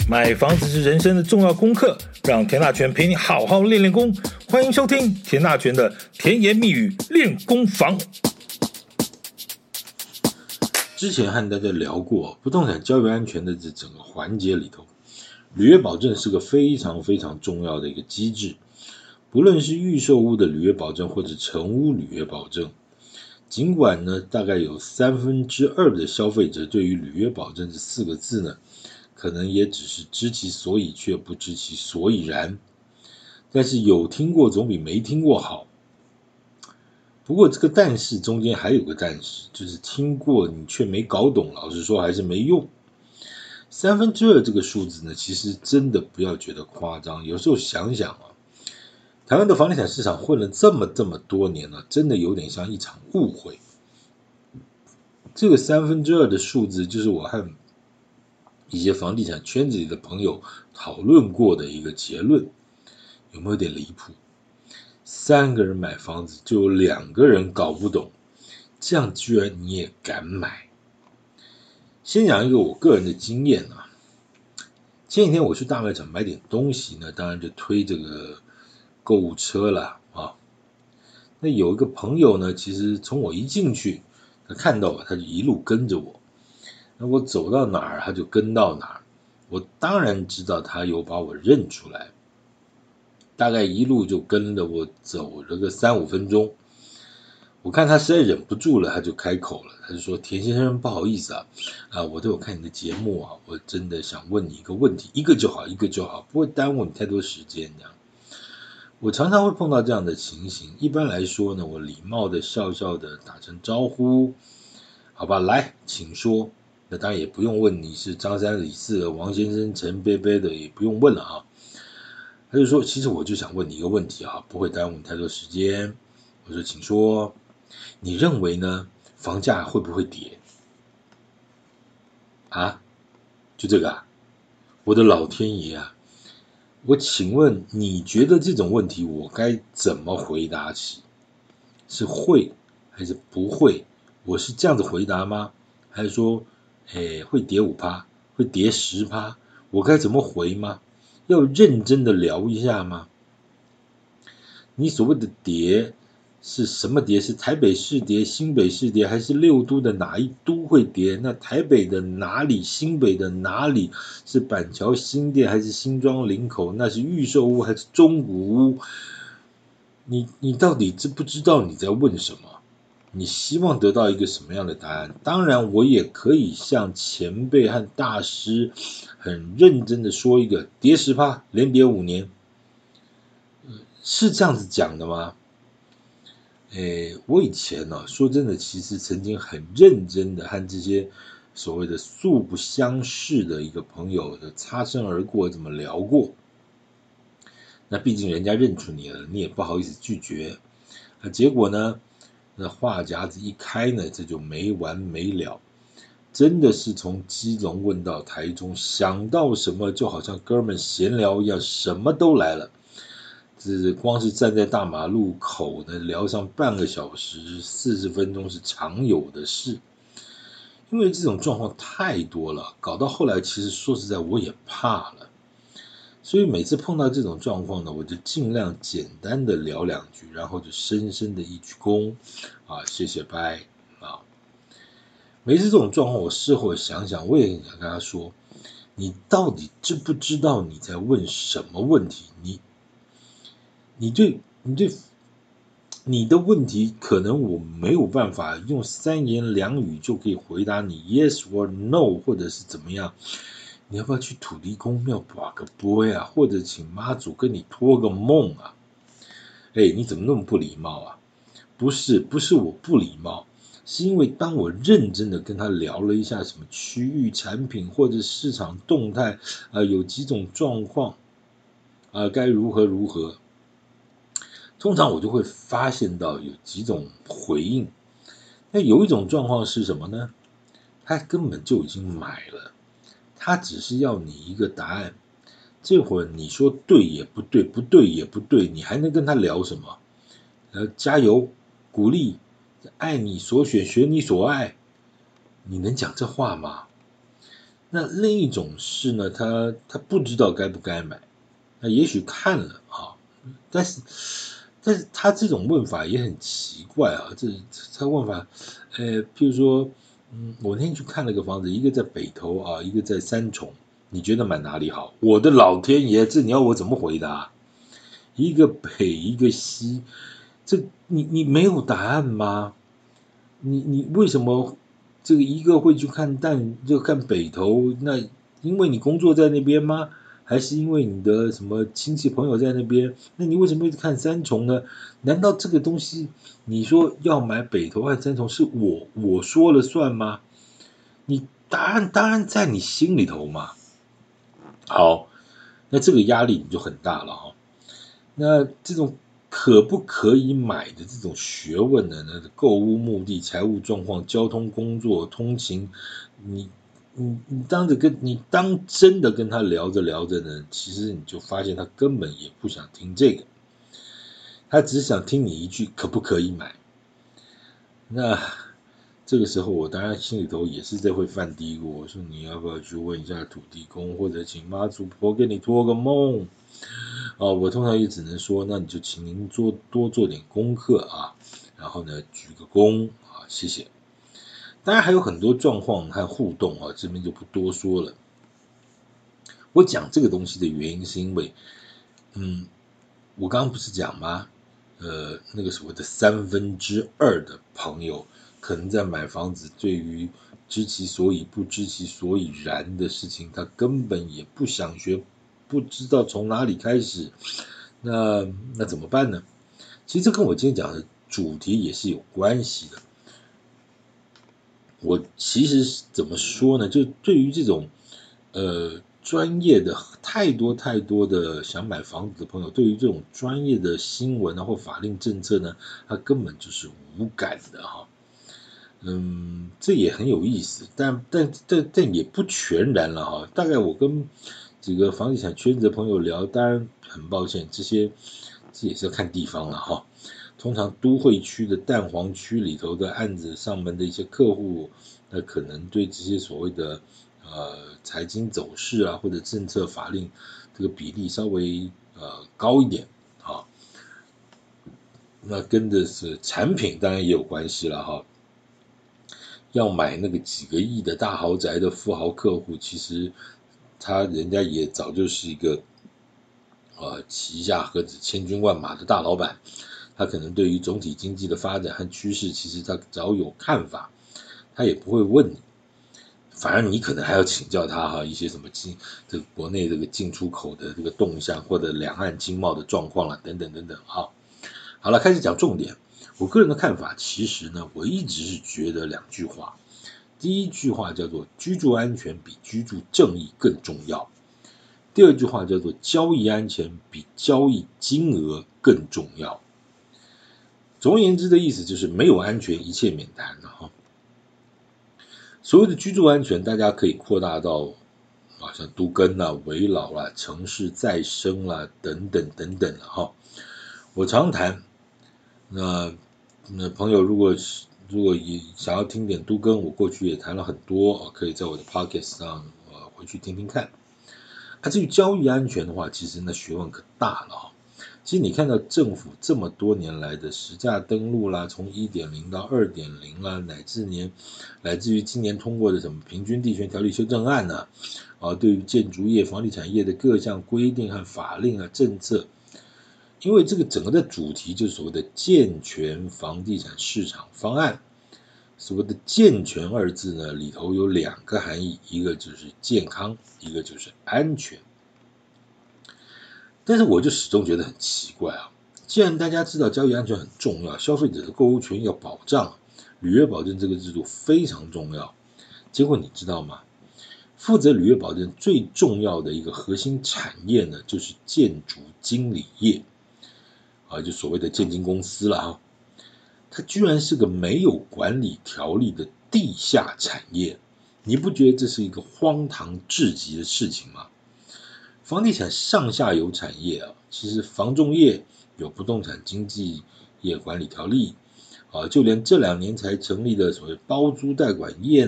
买房子是人生的重要功课，让田大权陪你好好练练功。欢迎收听田大权的甜言蜜语练功房。之前和大家聊过不动产交易安全的这整个环节里头，履约保证是个非常非常重要的一个机制。不论是预售屋的履约保证或者成屋履约保证，尽管呢大概有2/3的消费者对于履约保证这4个字呢可能也只是知其所以却不知其所以然，但是有听过总比没听过好。不过这个但是中间还有个但是，就是听过你却没搞懂，老实说还是没用。2/3这个数字呢，其实真的不要觉得夸张，有时候想想啊，台湾的房地产市场混了这么多年了，真的有点像一场误会。这个2/3的数字就是我和一些房地产圈子里的朋友讨论过的一个结论，有没有点离谱？3个人买房子就有2个人搞不懂，这样居然你也敢买？先讲一个我个人的经验啊，前几天我去大卖场买点东西呢，当然就推这个购物车了啊。那有一个朋友呢，其实从我一进去，他看到我，他就一路跟着我。那我走到哪儿，他就跟到哪儿。我当然知道他有把我认出来，大概一路就跟着我走了个3-5分钟。我看他实在忍不住了，他就开口了，他就说：“田先生，不好意思啊，我都有看你的节目啊，我真的想问你一个问题，一个就好，不会耽误你太多时间这样。”我常常会碰到这样的情形，一般来说呢，我礼貌的笑笑的打声招呼，好吧，来，请说。那当然也不用问你是张三李四王先生陈伯伯的，也不用问了啊。他就说，其实我就想问你一个问题啊，不会耽误你太多时间。我说，请说，你认为呢？房价会不会跌？啊？就这个啊？我的老天爷啊！我请问你觉得这种问题我该怎么回答起？是会还是不会？我是这样子回答吗？还是说，会跌5%，会跌10%？我该怎么回吗？要认真的聊一下吗？你所谓的跌是什么跌？是台北市跌、新北市跌，还是6都的哪一都会跌？那台北的哪里？新北的哪里？是板桥新店还是新庄林口？那是预售屋还是中古屋？你到底知不知道你在问什么？你希望得到一个什么样的答案？当然，我也可以像前辈和大师很认真的说一个跌10%，连跌5年，是这样子讲的吗？我以前呢，说真的，其实曾经很认真的和这些所谓的素不相识的一个朋友的擦身而过，怎么聊过？那毕竟人家认出你了，你也不好意思拒绝。结果呢，那话匣子一开呢，这就没完没了。真的是从基隆问到台中，想到什么就好像哥们闲聊一样，什么都来了。这光是站在大马路口呢，聊上半个小时、40分钟是常有的事。因为这种状况太多了，搞到后来，其实说实在我也怕了。所以每次碰到这种状况呢，我就尽量简单的聊2句，然后就深深的一鞠躬，谢谢拜啊。每次这种状况，我事后想想，我也想跟他说，你到底知不知道你在问什么问题？你对你的问题，可能我没有办法用3言2语就可以回答你 yes or no， 或者是怎么样。你要不要去土地公庙把个杯啊？或者请妈祖跟你托个梦啊？你怎么那么不礼貌啊？不是我不礼貌，是因为当我认真的跟他聊了一下什么区域产品或者市场动态有几种状况该如何，通常我就会发现到有几种回应。那有一种状况是什么呢？他根本就已经买了，他只是要你一个答案。这会儿你说对也不对，不对也不对，你还能跟他聊什么？加油，鼓励，爱你所选，选你所爱，你能讲这话吗？ 那另一种是呢，他不知道该不该买，那也许看了但是他这种问法也很奇怪他问法，譬如说，我那天去看了个房子，一个在北投一个在三重，你觉得买哪里好？我的老天爷，这你要我怎么回答？一个北一个西，这你没有答案吗？你为什么这个一个会去就看北投？那因为你工作在那边吗？还是因为你的什么亲戚朋友在那边？那你为什么会看三重呢？难道这个东西你说要买北投和三重是我说了算吗？你答案当然在你心里头嘛。好，那这个压力你就很大了那这种可不可以买的这种学问呢？那购物目的、财务状况、交通工作、通勤，你你当真的跟他聊着聊着呢，其实你就发现他根本也不想听这个，他只想听你一句可不可以买。那这个时候我当然心里头也是在会犯嘀咕，我说你要不要去问一下土地公，或者请妈祖婆给你托个梦？我通常也只能说，那你就请您多做点功课然后呢鞠个躬谢谢。当然还有很多状况和互动这边就不多说了。我讲这个东西的原因是因为，我刚刚不是讲吗？那个所谓的2/3的朋友，可能在买房子，对于知其所以不知其所以然的事情，他根本也不想学，不知道从哪里开始。那怎么办呢？其实这跟我今天讲的主题也是有关系的。我其实怎么说呢？就对于这种专业的太多的想买房子的朋友，对于这种专业的新闻或法令政策呢，他根本就是无感的这也很有意思，但也不全然了大概我跟几个房地产圈子的朋友聊，当然很抱歉，这也是要看地方了通常都会区的蛋黄区里头的案子上门的一些客户，那可能对这些所谓的财经走势或者政策法令这个比例稍微高一点那跟的是产品当然也有关系了要买那个几个亿的大豪宅的富豪客户，其实人家也早就是一个旗下何止千军万马的大老板，他可能对于总体经济的发展和趋势，其实他早有看法，他也不会问你，反而你可能还要请教他一些什么这个国内这个进出口的这个动向，或者两岸经贸的状况等等等等好了，开始讲重点。我个人的看法，其实呢，我一直是觉得2句话。第一句话叫做居住安全比居住正义更重要。第二句话叫做交易安全比交易金额更重要。总而言之的意思就是没有安全一切免谈所谓的居住安全，大家可以扩大到像都更危老城市再生等等等等我常谈，那朋友如果也想要听点都更，我过去也谈了很多可以在我的 podcast 上回去听听看。至于交易安全的话，其实那学问可大了其实你看到政府这么多年来的实价登录从 1.0 到 2.0 乃至于今年通过的什么平均地权条例修正案对于建筑业、房地产业的各项规定和法令政策，因为这个整个的主题就是所谓的健全房地产市场方案。所谓的健全2字呢，里头有2个含义，一个就是健康，一个就是安全。但是我就始终觉得很奇怪既然大家知道交易安全很重要，消费者的购物权益要保障，履约保证这个制度非常重要，结果你知道吗？负责履约保证最重要的一个核心产业呢，就是建筑经理业就所谓的建经公司了它居然是个没有管理条例的地下产业，你不觉得这是一个荒唐至极的事情吗？房地产上下游产业其实房仲业有不动产经纪业管理条例就连这2年才成立的所谓包租代管业呢，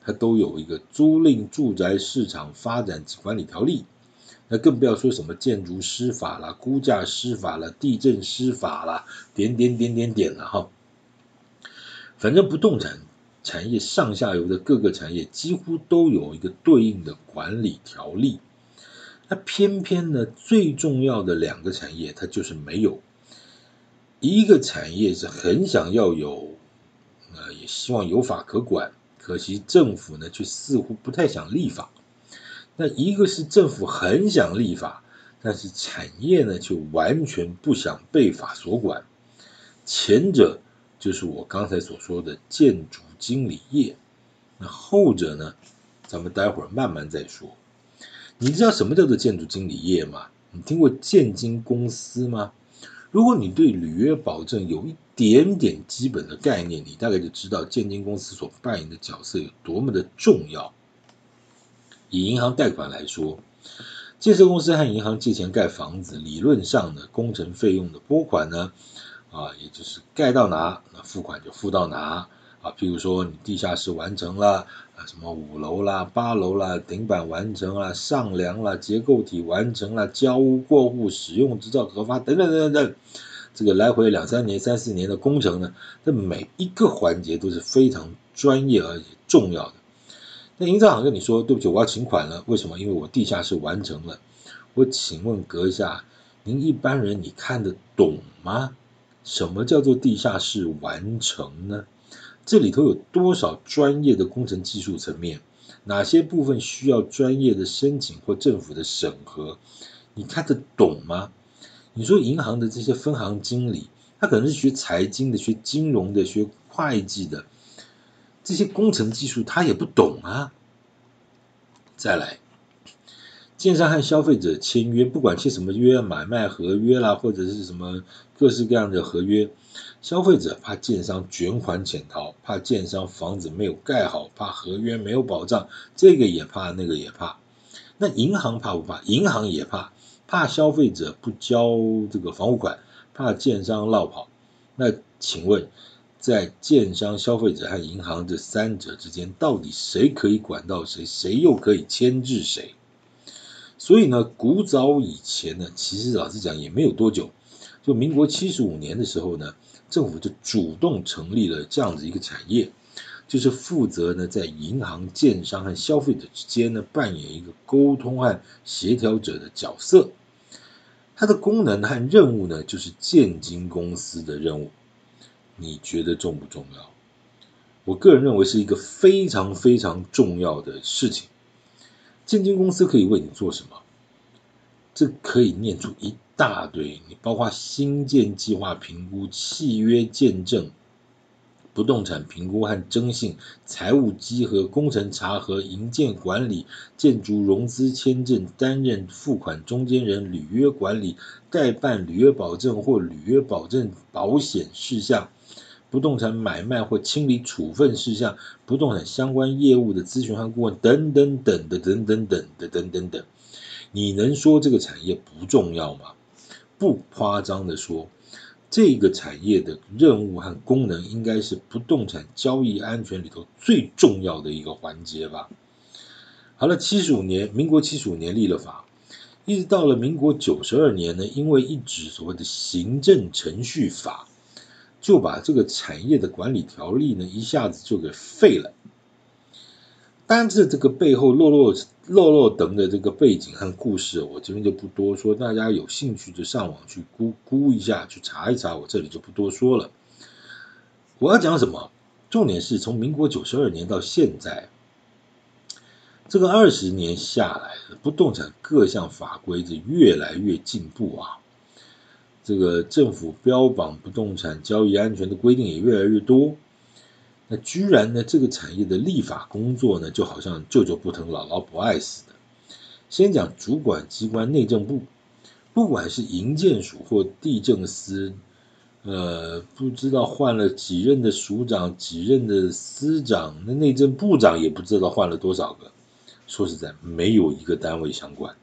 它都有一个租赁住宅市场发展及管理条例。那更不要说什么建筑师法啦、估价师法啦、地震师法啦，点点点点点了哈。反正不动产产业上下游的各个产业几乎都有一个对应的管理条例。那偏偏呢，最重要的2个产业它就是没有。一个产业是很想要有，也希望有法可管，可惜政府呢却似乎不太想立法。那一个是政府很想立法，但是产业呢却完全不想被法所管。前者就是我刚才所说的建筑经理业，那后者呢，咱们待会儿慢慢再说。你知道什么叫做建筑经理业吗？你听过建经公司吗？如果你对履约保证有一点点基本的概念，你大概就知道建经公司所扮演的角色有多么的重要。以银行贷款来说，建设公司和银行借钱盖房子，理论上呢，工程费用的拨款呢，也就是盖到哪，那付款就付到哪。譬如说你地下室完成了，什么5楼啦、8楼啦，顶板完成了，上梁啦，结构体完成了，交屋过户，使用执照核发等等等等，这个来回2、3年、3、4年的工程呢，这每一个环节都是非常专业而且重要的。那营造行跟你说，对不起，我要请款了，为什么？因为我地下室完成了。我请问阁下，您一般人你看得懂吗？什么叫做地下室完成呢？这里头有多少专业的工程技术层面？哪些部分需要专业的申请或政府的审核？你看得懂吗？你说银行的这些分行经理，他可能是学财经的、学金融的、学会计的，这些工程技术他也不懂啊。再来，建商和消费者签约，不管签什么约，买卖合约啦，或者是什么各式各样的合约，消费者怕建商卷款潜逃，怕建商房子没有盖好，怕合约没有保障，这个也怕，那个也怕。那银行怕不怕？银行也怕，怕消费者不交这个房屋款，怕建商落跑。那请问，在建商、消费者和银行这3者之间，到底谁可以管到谁，谁又可以牵制谁？所以呢，古早以前呢，其实老实讲也没有多久，就民国75年的时候呢，政府就主动成立了这样子一个产业，就是负责呢在银行、建商和消费者之间呢扮演一个沟通和协调者的角色。它的功能和任务呢，就是建经公司的任务。你觉得重不重要？我个人认为是一个非常非常重要的事情。建经公司可以为你做什么？这可以念出一大堆，你包括新建计划评估、契约见证、不动产评估和征信、财务稽核、工程查核、营建管理、建筑融资签证、担任付款中间人、履约管理、代办履约保证或履约保证保险事项、不动产买卖或清理处分事项、不动产相关业务的咨询和顾问等等等的等等等的等等等。你能说这个产业不重要吗？不夸张的说，这个产业的任务和功能应该是不动产交易安全里头最重要的一个环节吧。好了，75年，民国75年立了法，一直到了民国92年呢，因为一纸所谓的行政程序法，就把这个产业的管理条例呢一下子就给废了。但是这个背后落等的这个背景和故事，我这边就不多说，大家有兴趣就上网去估一下，去查一查，我这里就不多说了。我要讲什么？重点是从民国92年到现在，这个20年下来，不动产各项法规就越来越进步啊。这个政府标榜不动产交易安全的规定也越来越多。那居然呢，这个产业的立法工作呢，就好像舅舅不疼姥姥不爱似的。先讲主管机关内政部，不管是营建署或地政司，不知道换了几任的署长，几任的司长，那内政部长也不知道换了多少个。说实在，没有一个单位相关。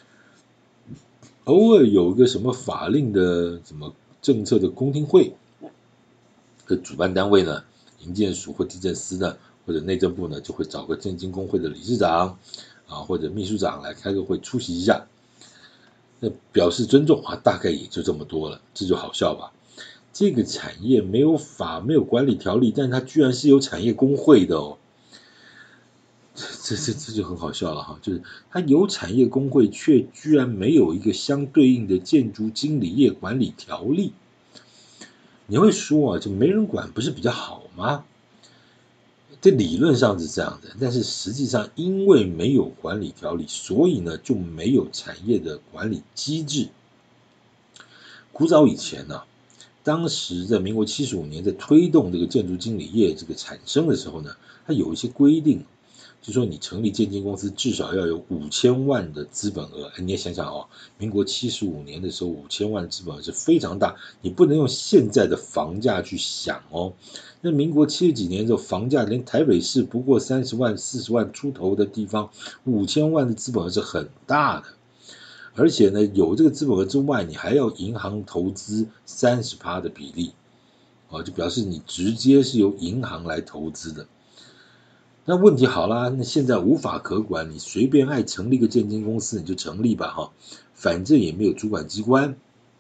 偶尔有一个什么法令的什么政策的公听会的主办单位呢，营建署或地政司呢或者内政部呢就会找个建经工会的理事长或者秘书长来开个会出席一下，那表示尊重大概也就这么多了，这就好笑吧。这个产业没有法没有管理条例，但是它居然是有产业工会的哦，这就很好笑了哈，就是它有产业工会，却居然没有一个相对应的建筑经理业管理条例。你会说就没人管不是比较好吗？这理论上是这样的，但是实际上因为没有管理条例，所以呢就没有产业的管理机制。古早以前呢，当时在民国75年在推动这个建筑经理业这个产生的时候呢，它有一些规定，就说你成立建经公司至少要有5000万的资本额。你也想想民国75年的时候5000万的资本额是非常大，你不能用现在的房价去想哦。那民国70几年的时候，房价连台北市不过30万、40万出头的地方，5000万的资本额是很大的。而且呢，有这个资本额之外，你还要银行投资30%的比例，就表示你直接是由银行来投资的。那问题好啦，那现在无法可管，你随便爱成立个建经公司你就成立吧反正也没有主管机关。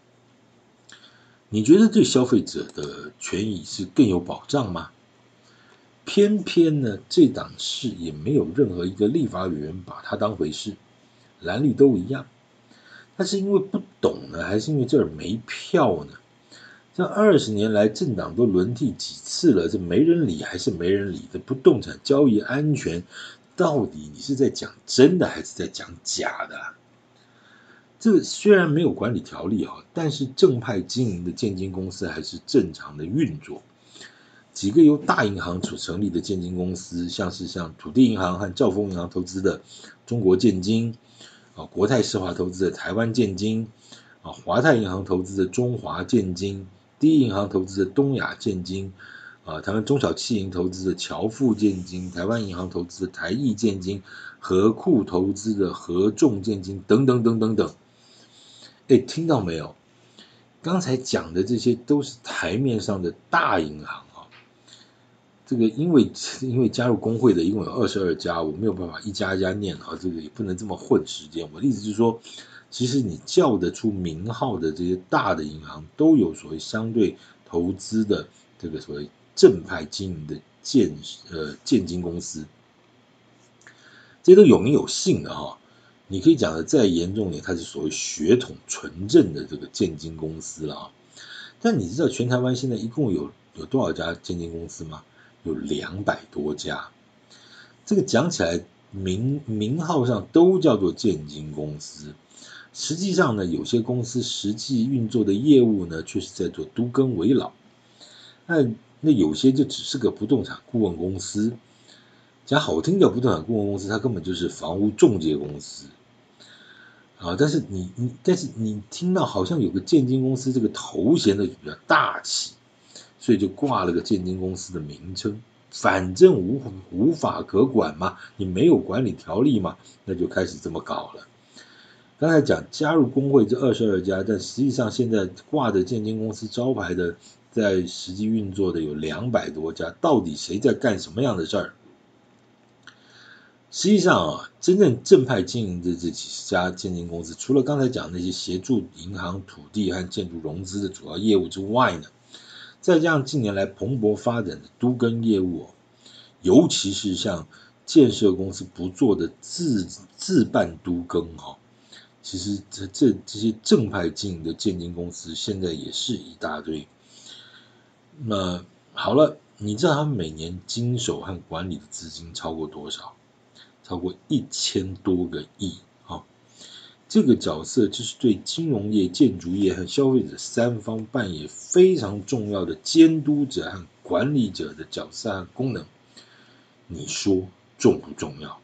你觉得对消费者的权益是更有保障吗？偏偏呢，这档事也没有任何一个立法委员把它当回事，蓝绿都一样。那是因为不懂呢，还是因为这儿没票呢？这20年来，政党都轮替几次了，这没人理还是没人理。这不动产交易安全，到底你是在讲真的还是在讲假的？这个虽然没有管理条例但是正派经营的建经公司还是正常的运作。几个由大银行所成立的建经公司，像土地银行和兆丰银行投资的中国建经，国泰世华投资的台湾建经，华泰银行投资的中华建经，第一银行投资的东亚建经，台湾中小企银投资的侨富建经，台湾银行投资的台艺建经，和库投资的和众建经等等等等等。听到没有？刚才讲的这些都是台面上的大银行这个因为加入工会的一共有22家，我没有办法一家一家念这个也不能这么混时间。我的意思就是说，其实你叫得出名号的这些大的银行，都有所谓相对投资的这个所谓正派经营的建经公司，这些都有名有姓的你可以讲的再严重点，它是所谓血统纯正的这个建经公司了但你知道全台湾现在一共有多少家建经公司吗？有200多家。这个讲起来名号上都叫做建经公司，实际上呢，有些公司实际运作的业务呢，却是在做都更为老。那有些就只是个不动产顾问公司，讲好听叫不动产顾问公司，它根本就是房屋中介公司。但是你听到好像有个建经公司这个头衔的比较大气，所以就挂了个建经公司的名称。反正无法可管嘛，你没有管理条例嘛，那就开始这么搞了。刚才讲加入工会这22家，但实际上现在挂着建经公司招牌的，在实际运作的有200多家，到底谁在干什么样的事儿？实际上真正正派经营的这几十家建经公司，除了刚才讲那些协助银行、土地和建筑融资的主要业务之外呢，再加上近年来蓬勃发展的都更业务尤其是像建设公司不做的自办都更其实这些正派经营的建经公司现在也是一大堆。那好了，你知道他们每年经手和管理的资金超过多少？超过1000多个亿这个角色就是对金融业、建筑业和消费者三方扮演非常重要的监督者和管理者的角色和功能。你说重不重要？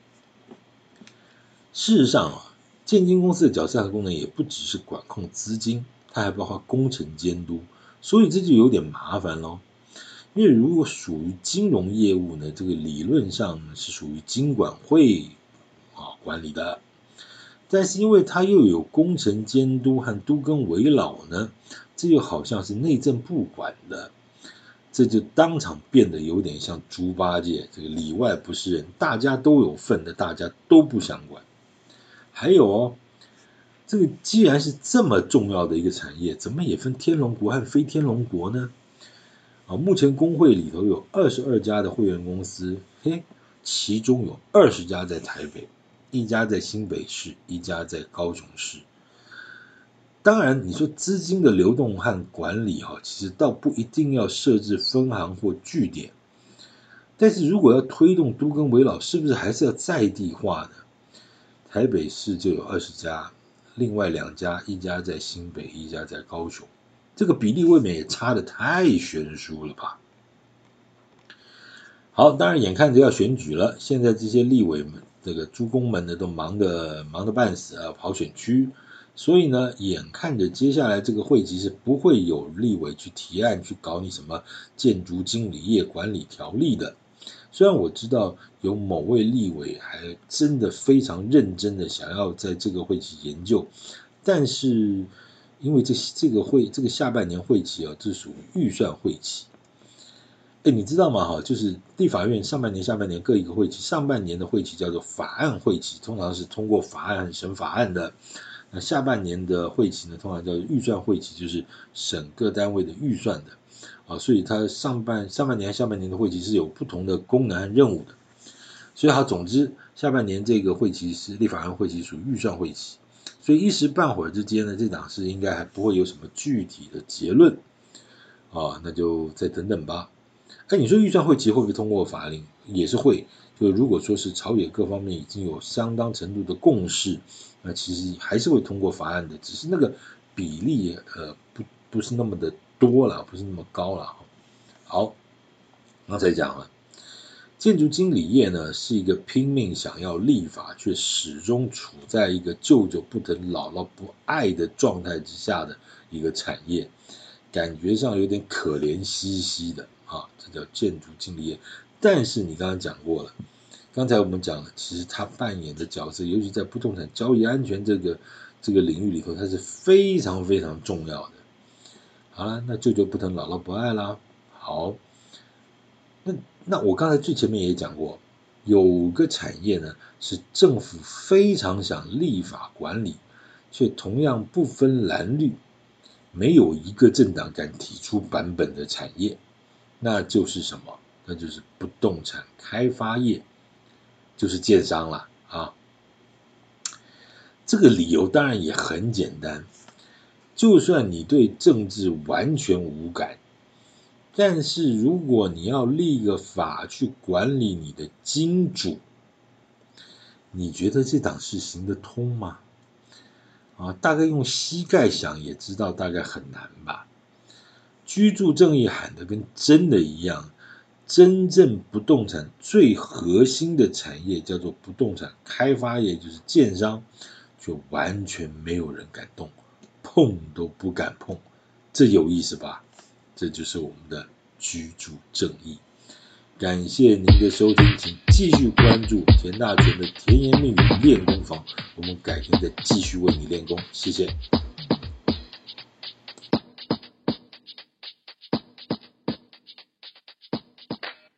事实上建经公司的角色和功能也不只是管控资金，它还包括工程监督，所以这就有点麻烦咯。因为如果属于金融业务呢，这个理论上是属于金管会管理的，但是因为它又有工程监督和都更为老呢，这就好像是内政部管的。 这就当场变得有点像猪八戒，这个里外不是人，大家都有份的，大家都不想管。还有哦，这个既然是这么重要的一个产业，怎么也分天龙国和非天龙国呢？目前工会里头有22家的会员公司，其中有20家在台北，1家在新北市，1家在高雄市。当然，你说资金的流动和管理其实倒不一定要设置分行或据点，但是如果要推动都更危老，是不是还是要在地化呢？台北市就有20家，另外2家，1家在新北，1家在高雄，这个比例未免也差得太悬殊了吧？好，当然眼看着要选举了，现在这些立委们，这个诸公们呢都忙得半死啊，跑选区。所以呢，眼看着接下来这个会期是不会有立委去提案去搞你什么建筑经理业管理条例的。虽然我知道有某位立委还真的非常认真的想要在这个会期研究，但是因为这个下半年会期这属于预算会期。你知道吗？就是立法院上半年、下半年各一个会期，上半年的会期叫做法案会期，通常是通过法案、审法案的。那下半年的会期呢，通常叫做预算会期，就是审各单位的预算的。所以它上半年、下半年的会期是有不同的功能和任务的。所以总之下半年这个会期是立法院会期，属于预算会期。所以一时半会儿之间呢，这档事应该还不会有什么具体的结论。那就再等等吧。你说预算会期会不会通过法令？也是会。就如果说是朝野各方面已经有相当程度的共识，那其实还是会通过法案的，只是那个比例不是那么的多了，不是那么高了。好，刚才讲了，建筑经理业呢是一个拼命想要立法，却始终处在一个舅舅不疼姥姥不爱的状态之下的一个产业，感觉上有点可怜兮兮的这叫建筑经理业。但是你刚刚讲过了，刚才我们讲了，其实他扮演的角色，尤其在不动产交易安全这个领域里头，它是非常非常重要的。好了，那舅舅不疼姥姥不爱啦。好，那我刚才最前面也讲过，有个产业呢是政府非常想立法管理，却同样不分蓝绿，没有一个政党敢提出版本的产业，那就是什么？那就是不动产开发业，就是建商了这个理由当然也很简单，就算你对政治完全无感，但是如果你要立个法去管理你的金主，你觉得这档事行得通吗？大概用膝盖想也知道大概很难吧。居住正义喊得跟真的一样，真正不动产最核心的产业叫做不动产开发业，就是建商，却完全没有人敢动，碰都不敢碰，这有意思吧？这就是我们的居住正义。感谢您的收听，请继续关注田大全的甜言蜜语练功房，我们改天再继续为你练功，谢谢。